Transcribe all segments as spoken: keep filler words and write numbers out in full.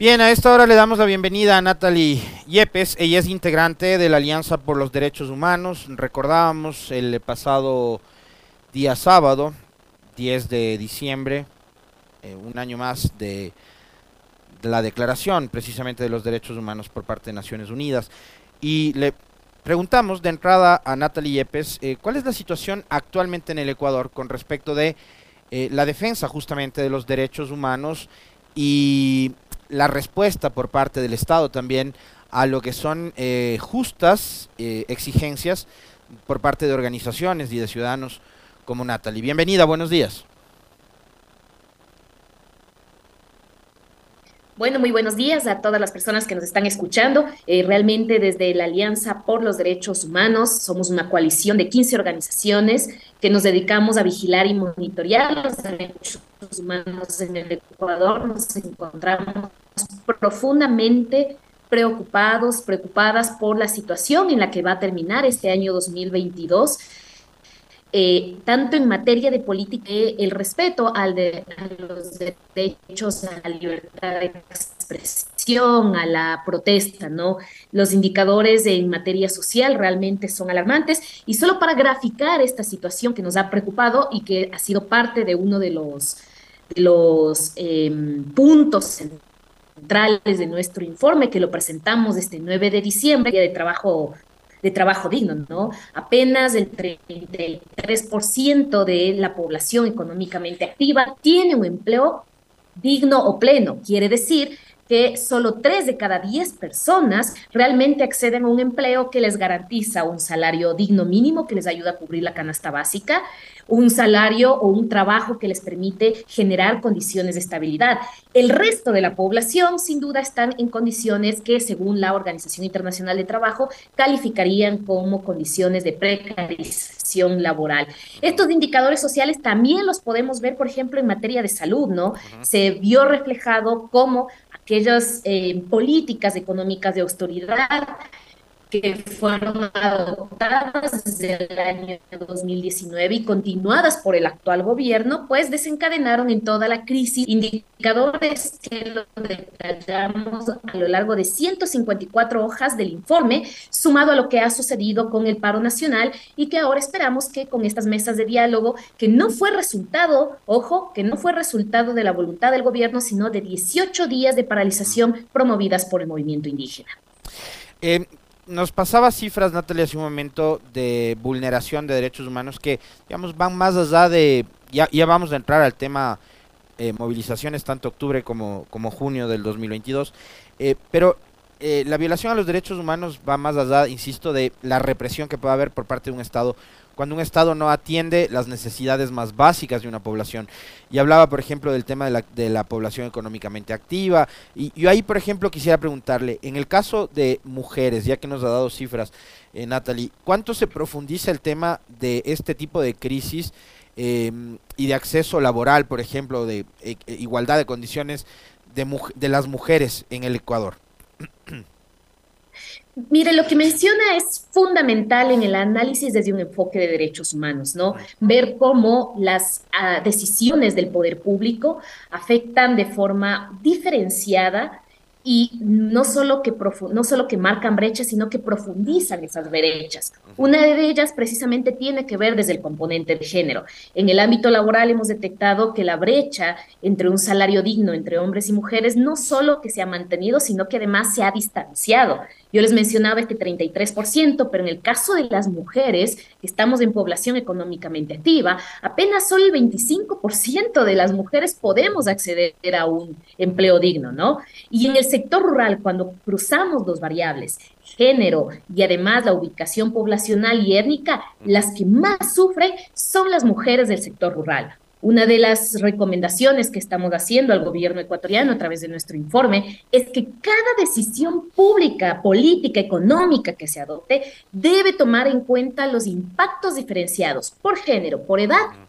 Bien, a esta hora le damos la bienvenida a Natalie Yepes. Ella es integrante de la Alianza por los Derechos Humanos. Recordábamos el pasado día sábado, diez de diciembre, eh, un año más de, de la declaración precisamente de los derechos humanos por parte de Naciones Unidas. Y le preguntamos de entrada a Natalie Yepes, eh, ¿cuál es la situación actualmente en el Ecuador con respecto de eh, la defensa justamente de los derechos humanos y la respuesta por parte del Estado también a lo que son eh, justas eh, exigencias por parte de organizaciones y de ciudadanos como Natalie? Bienvenida, buenos días. Bueno, muy buenos días a todas las personas que nos están escuchando. Eh, realmente desde la Alianza por los Derechos Humanos somos una coalición de quince organizaciones que nos dedicamos a vigilar y monitorear los derechos humanos en el Ecuador. Nos encontramos profundamente preocupados, preocupadas por la situación en la que va a terminar este año dos mil veintidós, eh, tanto en materia de política, eh, el respeto al de, a los derechos, a la libertad de expresión, a la protesta, ¿no? Los indicadores en materia social realmente son alarmantes y solo para graficar esta situación que nos ha preocupado y que ha sido parte de uno de los, de los eh, puntos centrales de nuestro informe, que lo presentamos este nueve de diciembre, día de trabajo de trabajo digno, ¿no? Apenas el treinta y tres por ciento de la población económicamente activa tiene un empleo digno o pleno. Quiere decir que solo tres de cada diez personas realmente acceden a un empleo que les garantiza un salario digno mínimo, que les ayuda a cubrir la canasta básica, un salario o un trabajo que les permite generar condiciones de estabilidad. El resto de la población, sin duda, están en condiciones que, según la Organización Internacional de Trabajo, calificarían como condiciones de precarización laboral. Estos indicadores sociales también los podemos ver, por ejemplo, en materia de salud, ¿no? Uh-huh. Se vio reflejado cómo aquellas eh, políticas económicas de austeridad que fueron adoptadas desde el año dos mil diecinueve y continuadas por el actual gobierno, pues desencadenaron en toda la crisis indicadores que lo detallamos a lo largo de ciento cincuenta y cuatro hojas del informe, sumado a lo que ha sucedido con el paro nacional y que ahora esperamos que con estas mesas de diálogo, que no fue resultado, ojo, que no fue resultado de la voluntad del gobierno, sino de dieciocho días de paralización promovidas por el movimiento indígena. Eh, nos pasaba cifras, Natalia, hace un momento de vulneración de derechos humanos que, digamos, van más allá de, ya, ya vamos a entrar al tema eh, movilizaciones, tanto octubre como, como junio del dos mil veintidós, eh, pero eh, la violación a los derechos humanos va más allá, insisto, de la represión que puede haber por parte de un Estado cuando un Estado no atiende las necesidades más básicas de una población. Y hablaba, por ejemplo, del tema de la, de la población económicamente activa. Y yo ahí, por ejemplo, quisiera preguntarle, en el caso de mujeres, ya que nos ha dado cifras, eh, Natalie, ¿cuánto se profundiza el tema de este tipo de crisis eh, y de acceso laboral, por ejemplo, de eh, igualdad de condiciones de, de las mujeres en el Ecuador? Mire, lo que menciona es fundamental en el análisis desde un enfoque de derechos humanos, ¿no? Ver cómo las uh, decisiones del poder público afectan de forma diferenciada y no solo que, no solo que marcan brechas, sino que profundizan esas brechas. Una de ellas precisamente tiene que ver desde el componente de género. En el ámbito laboral hemos detectado que la brecha entre un salario digno entre hombres y mujeres no solo que se ha mantenido, sino que además se ha distanciado. Yo les mencionaba este treinta y tres por ciento, pero en el caso de las mujeres, que estamos en población económicamente activa, apenas solo el veinticinco por ciento de las mujeres podemos acceder a un empleo digno, ¿no? Y en el sector rural, cuando cruzamos dos variables, género y además la ubicación poblacional y étnica, las que más sufren son las mujeres del sector rural. Una de las recomendaciones que estamos haciendo al gobierno ecuatoriano a través de nuestro informe es que cada decisión pública, política, económica que se adopte debe tomar en cuenta los impactos diferenciados por género, por edad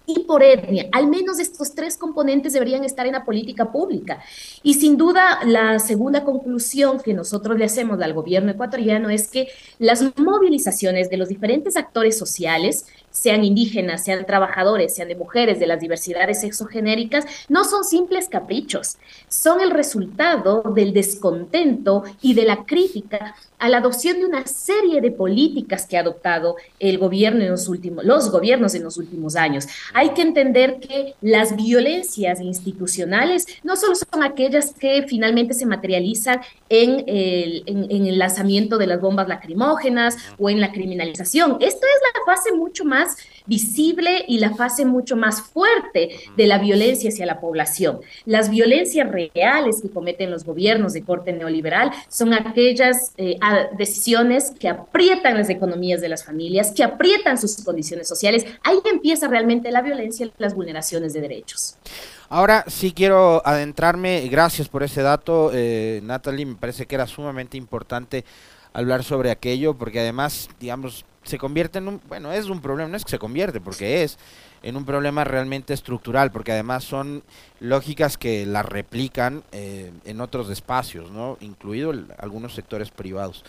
y por etnia. Al menos estos tres componentes deberían estar en la política pública. Y sin duda, la segunda conclusión que nosotros le hacemos al gobierno ecuatoriano es que las movilizaciones de los diferentes actores sociales, sean indígenas, sean trabajadores, sean de mujeres, de las diversidades sexogenéricas, no son simples caprichos, son el resultado del descontento y de la crítica a la adopción de una serie de políticas que ha adoptado el gobierno en los últimos, los gobiernos en los últimos años. Hay que entender que las violencias institucionales no solo son aquellas que finalmente se materializan en el, en, en el lanzamiento de las bombas lacrimógenas o en la criminalización. Esto es la fase mucho más visible y la fase mucho más fuerte de la violencia hacia la población. Las violencias reales que cometen los gobiernos de corte neoliberal son aquellas eh, decisiones que aprietan las economías de las familias, que aprietan sus condiciones sociales. Ahí empieza realmente la violencia y las vulneraciones de derechos. Ahora sí quiero adentrarme, gracias por ese dato, eh, Natalie, me parece que era sumamente importante hablar sobre aquello, porque además, digamos, se convierte en un, bueno, es un problema, no es que se convierte, porque es en un problema realmente estructural, porque además son lógicas que las replican eh, en otros espacios, ¿no? Incluido el, algunos sectores privados.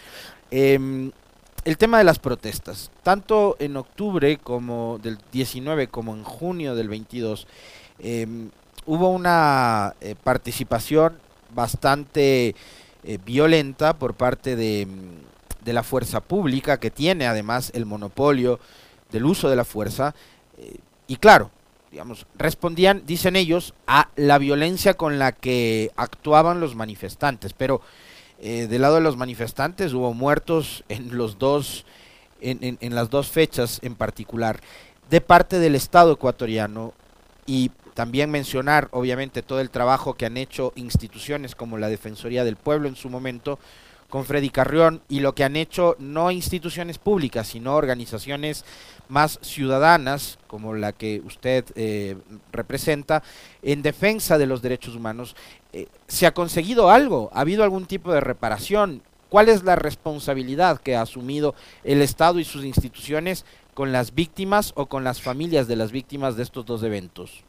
Eh, el tema de las protestas, tanto en octubre como del diecinueve como en junio del veintidós, eh, hubo una eh, participación bastante eh, violenta por parte de, de la fuerza pública, que tiene además el monopolio del uso de la fuerza, eh, y claro, digamos, respondían, dicen ellos, a la violencia con la que actuaban los manifestantes, pero eh, del lado de los manifestantes hubo muertos en los dos, en, en, en las dos fechas en particular. De parte del Estado ecuatoriano, y también mencionar obviamente todo el trabajo que han hecho instituciones como la Defensoría del Pueblo en su momento con Freddy Carrión, y lo que han hecho no instituciones públicas sino organizaciones más ciudadanas como la que usted eh, representa en defensa de los derechos humanos. Eh, ¿se ha conseguido algo? ¿Ha habido algún tipo de reparación? ¿Cuál es la responsabilidad que ha asumido el Estado y sus instituciones con las víctimas o con las familias de las víctimas de estos dos eventos?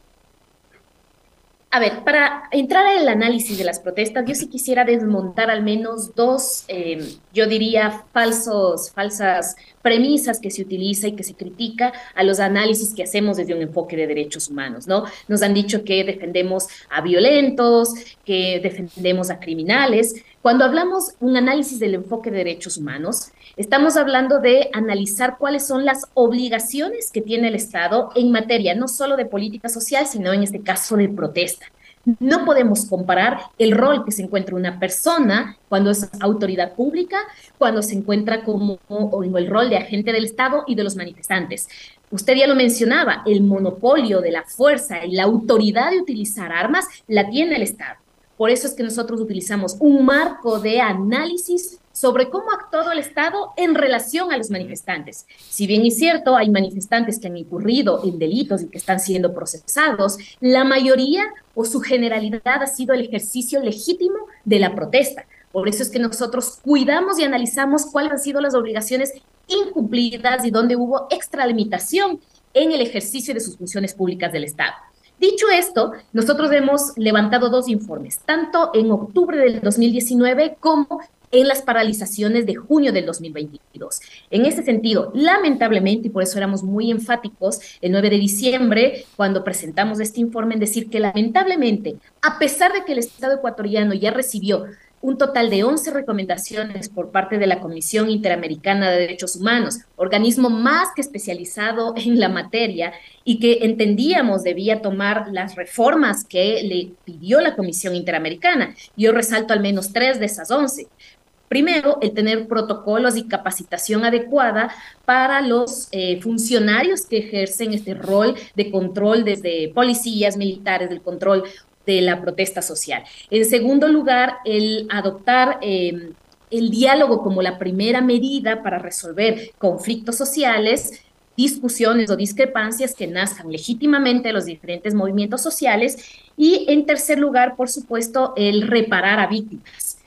A ver, para entrar en el análisis de las protestas, yo sí quisiera desmontar al menos dos, eh, yo diría, falsos, falsas premisas que se utiliza y que se critica a los análisis que hacemos desde un enfoque de derechos humanos, ¿no? Nos han dicho que defendemos a violentos, que defendemos a criminales. Cuando hablamos un análisis del enfoque de derechos humanos, estamos hablando de analizar cuáles son las obligaciones que tiene el Estado en materia no solo de política social, sino en este caso de protesta. No podemos comparar el rol que se encuentra una persona cuando es autoridad pública, cuando se encuentra como o en el rol de agente del Estado y de los manifestantes. Usted ya lo mencionaba, el monopolio de la fuerza y la autoridad de utilizar armas la tiene el Estado. Por eso es que nosotros utilizamos un marco de análisis sobre cómo ha actuado el Estado en relación a los manifestantes. Si bien es cierto, hay manifestantes que han incurrido en delitos y que están siendo procesados, la mayoría o su generalidad ha sido el ejercicio legítimo de la protesta. Por eso es que nosotros cuidamos y analizamos cuáles han sido las obligaciones incumplidas y dónde hubo extralimitación en el ejercicio de sus funciones públicas del Estado. Dicho esto, nosotros hemos levantado dos informes, tanto en octubre del dos mil diecinueve como en las paralizaciones de junio del dos mil veintidós. En ese sentido, lamentablemente, y por eso éramos muy enfáticos el nueve de diciembre, cuando presentamos este informe, en decir que lamentablemente, a pesar de que el Estado ecuatoriano ya recibió un total de once recomendaciones por parte de la Comisión Interamericana de Derechos Humanos, organismo más que especializado en la materia y que entendíamos debía tomar las reformas que le pidió la Comisión Interamericana. Yo resalto al menos tres de esas once. Primero, el tener protocolos y capacitación adecuada para los eh, funcionarios que ejercen este rol de control, desde policías, militares, del control de la protesta social. En segundo lugar, el adoptar eh, el diálogo como la primera medida para resolver conflictos sociales, discusiones o discrepancias que nazcan legítimamente de los diferentes movimientos sociales. Y en tercer lugar, por supuesto, el reparar a víctimas.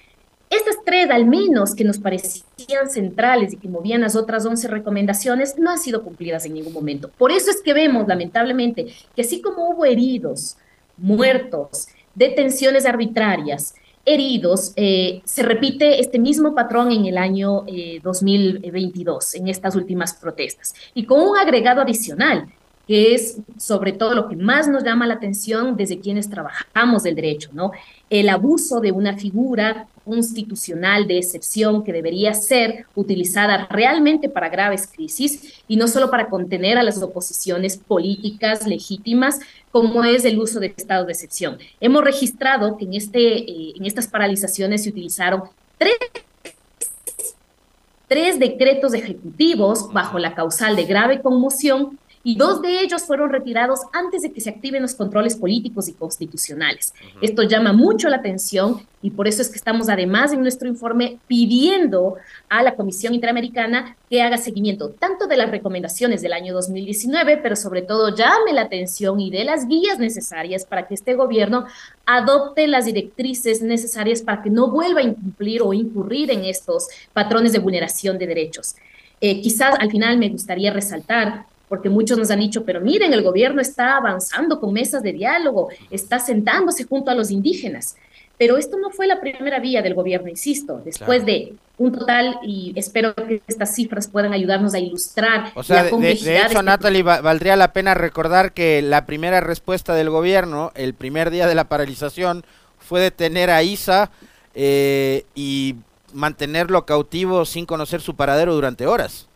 Estas tres, al menos, que nos parecían centrales y que movían las otras once recomendaciones, no han sido cumplidas en ningún momento. Por eso es que vemos, lamentablemente, que así como hubo heridos, muertos, detenciones arbitrarias, heridos, eh, se repite este mismo patrón en el año eh, dos mil veintidós, en estas últimas protestas, y con un agregado adicional, que es sobre todo lo que más nos llama la atención desde quienes trabajamos del derecho, ¿no? El abuso de una figura constitucional de excepción que debería ser utilizada realmente para graves crisis y no solo para contener a las oposiciones políticas legítimas, como es el uso de estados de excepción. Hemos registrado que en, este, eh, en estas paralizaciones se utilizaron tres tres decretos ejecutivos bajo la causal de grave conmoción y dos de ellos fueron retirados antes de que se activen los controles políticos y constitucionales. Uh-huh. Esto llama mucho la atención y por eso es que estamos además en nuestro informe pidiendo a la Comisión Interamericana que haga seguimiento tanto de las recomendaciones del año dos mil diecinueve, pero sobre todo llame la atención y dé las guías necesarias para que este gobierno adopte las directrices necesarias para que no vuelva a incumplir o incurrir en estos patrones de vulneración de derechos. Eh, quizás al final me gustaría resaltar, porque muchos nos han dicho, pero miren, el gobierno está avanzando con mesas de diálogo, está sentándose junto a los indígenas. Pero esto no fue la primera vía del gobierno, insisto, después claro. de un total, y espero que estas cifras puedan ayudarnos a ilustrar. O sea, la de, de hecho, este... Natalie, va, valdría la pena recordar que la primera respuesta del gobierno, el primer día de la paralización, fue detener a Isa eh, y mantenerlo cautivo sin conocer su paradero durante horas.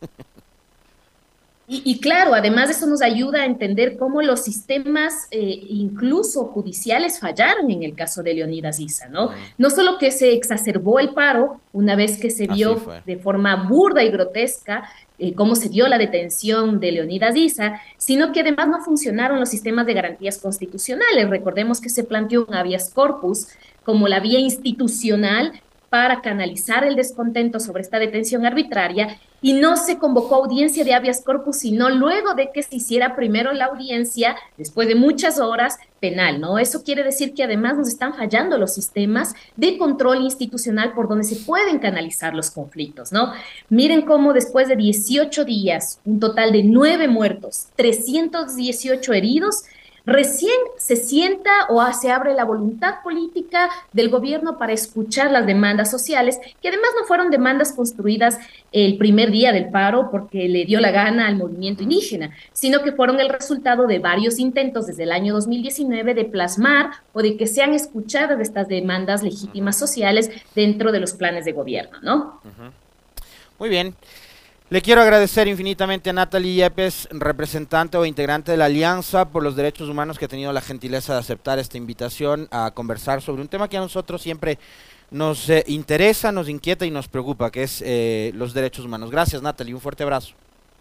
Y, y claro, además eso nos ayuda a entender cómo los sistemas, eh, incluso judiciales, fallaron en el caso de Leonidas Issa, ¿no? Uh-huh. No solo que se exacerbó el paro una vez que se vio de forma burda y grotesca eh, cómo se dio la detención de Leonidas Issa, sino que además no funcionaron los sistemas de garantías constitucionales. Recordemos que se planteó un habeas corpus como la vía institucional para canalizar el descontento sobre esta detención arbitraria y no se convocó audiencia de habeas corpus, sino luego de que se hiciera primero la audiencia, después de muchas horas, penal, ¿no? Eso quiere decir que además nos están fallando los sistemas de control institucional por donde se pueden canalizar los conflictos, ¿no? Miren cómo después de dieciocho días, un total de nueve muertos, trescientos dieciocho heridos, recién se sienta o se abre la voluntad política del gobierno para escuchar las demandas sociales, que además no fueron demandas construidas el primer día del paro porque le dio la gana al movimiento indígena, sino que fueron el resultado de varios intentos desde el año dos mil diecinueve de plasmar o de que sean escuchadas estas demandas legítimas sociales dentro de los planes de gobierno, ¿no? Uh-huh. Muy bien. Le quiero agradecer infinitamente a Natalie Yepes, representante o integrante de la Alianza por los Derechos Humanos, que ha tenido la gentileza de aceptar esta invitación a conversar sobre un tema que a nosotros siempre nos eh, interesa, nos inquieta y nos preocupa, que es eh, los derechos humanos. Gracias, Natalie, un fuerte abrazo.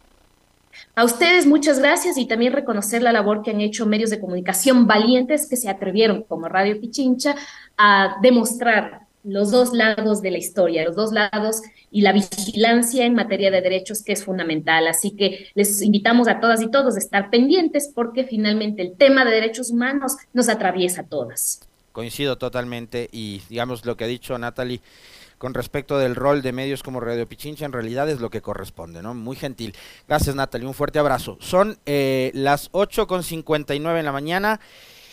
A ustedes muchas gracias y también reconocer la labor que han hecho medios de comunicación valientes que se atrevieron, como Radio Pichincha, a demostrar los dos lados de la historia, los dos lados y la vigilancia en materia de derechos, que es fundamental. Así que les invitamos a todas y todos a estar pendientes porque finalmente el tema de derechos humanos nos atraviesa a todas. Coincido totalmente y digamos lo que ha dicho Natalie con respecto del rol de medios como Radio Pichincha, en realidad es lo que corresponde, ¿no? Muy gentil. Gracias, Natalie, un fuerte abrazo. Son eh, las ocho con cincuenta y nueve en la mañana.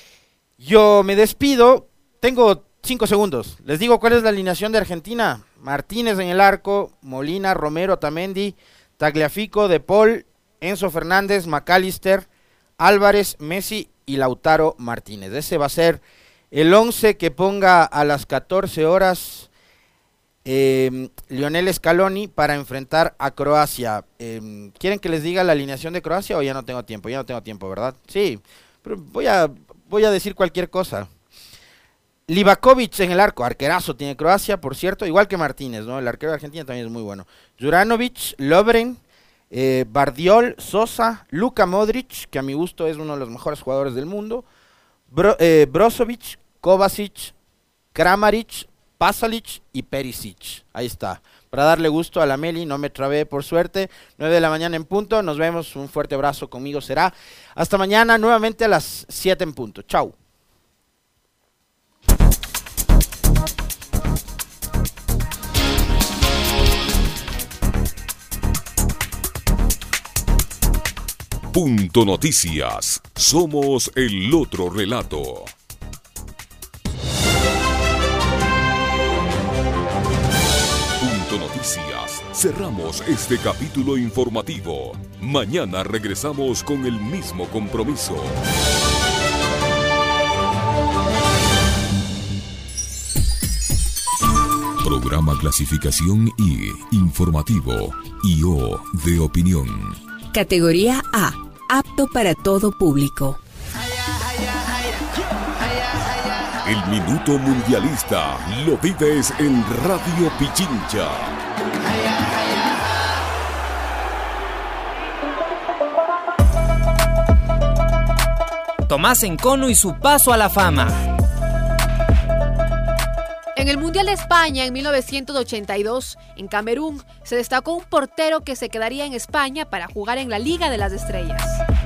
Yo me despido, tengo cinco segundos. Les digo cuál es la alineación de Argentina. Martínez en el arco, Molina, Romero, Otamendi, Tagliafico, De Paul, Enzo Fernández, McAllister, Álvarez, Messi y Lautaro Martínez. Ese va a ser el once que ponga a las catorce horas eh, Lionel Scaloni para enfrentar a Croacia. Eh, ¿Quieren que les diga la alineación de Croacia o ya no tengo tiempo? Ya no tengo tiempo, ¿verdad? Sí, pero voy a, voy a decir cualquier cosa. Livakovic en el arco, arquerazo tiene Croacia, por cierto, igual que Martínez, ¿no? El arquero de Argentina también es muy bueno. Juranovic, Lovren, eh, Bardiol, Sosa, Luka Modric, que a mi gusto es uno de los mejores jugadores del mundo, Bro, eh, Brozovic, Kovacic, Kramaric, Pasalic y Perisic. Ahí está, para darle gusto a la Meli, no me trabé por suerte. nueve de la mañana en punto, nos vemos, un fuerte abrazo, conmigo será. Hasta mañana, nuevamente a las siete en punto. Chau. Punto Noticias. Somos el otro relato. Punto Noticias. Cerramos este capítulo informativo. Mañana regresamos con el mismo compromiso. Programa clasificación I, informativo, I O de opinión. Categoría A, apto para todo público. El minuto mundialista lo vives en Radio Pichincha. Tomás Encono y su paso a la fama. En el Mundial de España en mil novecientos ochenta y dos, en Camerún, se destacó un portero que se quedaría en España para jugar en la Liga de las Estrellas.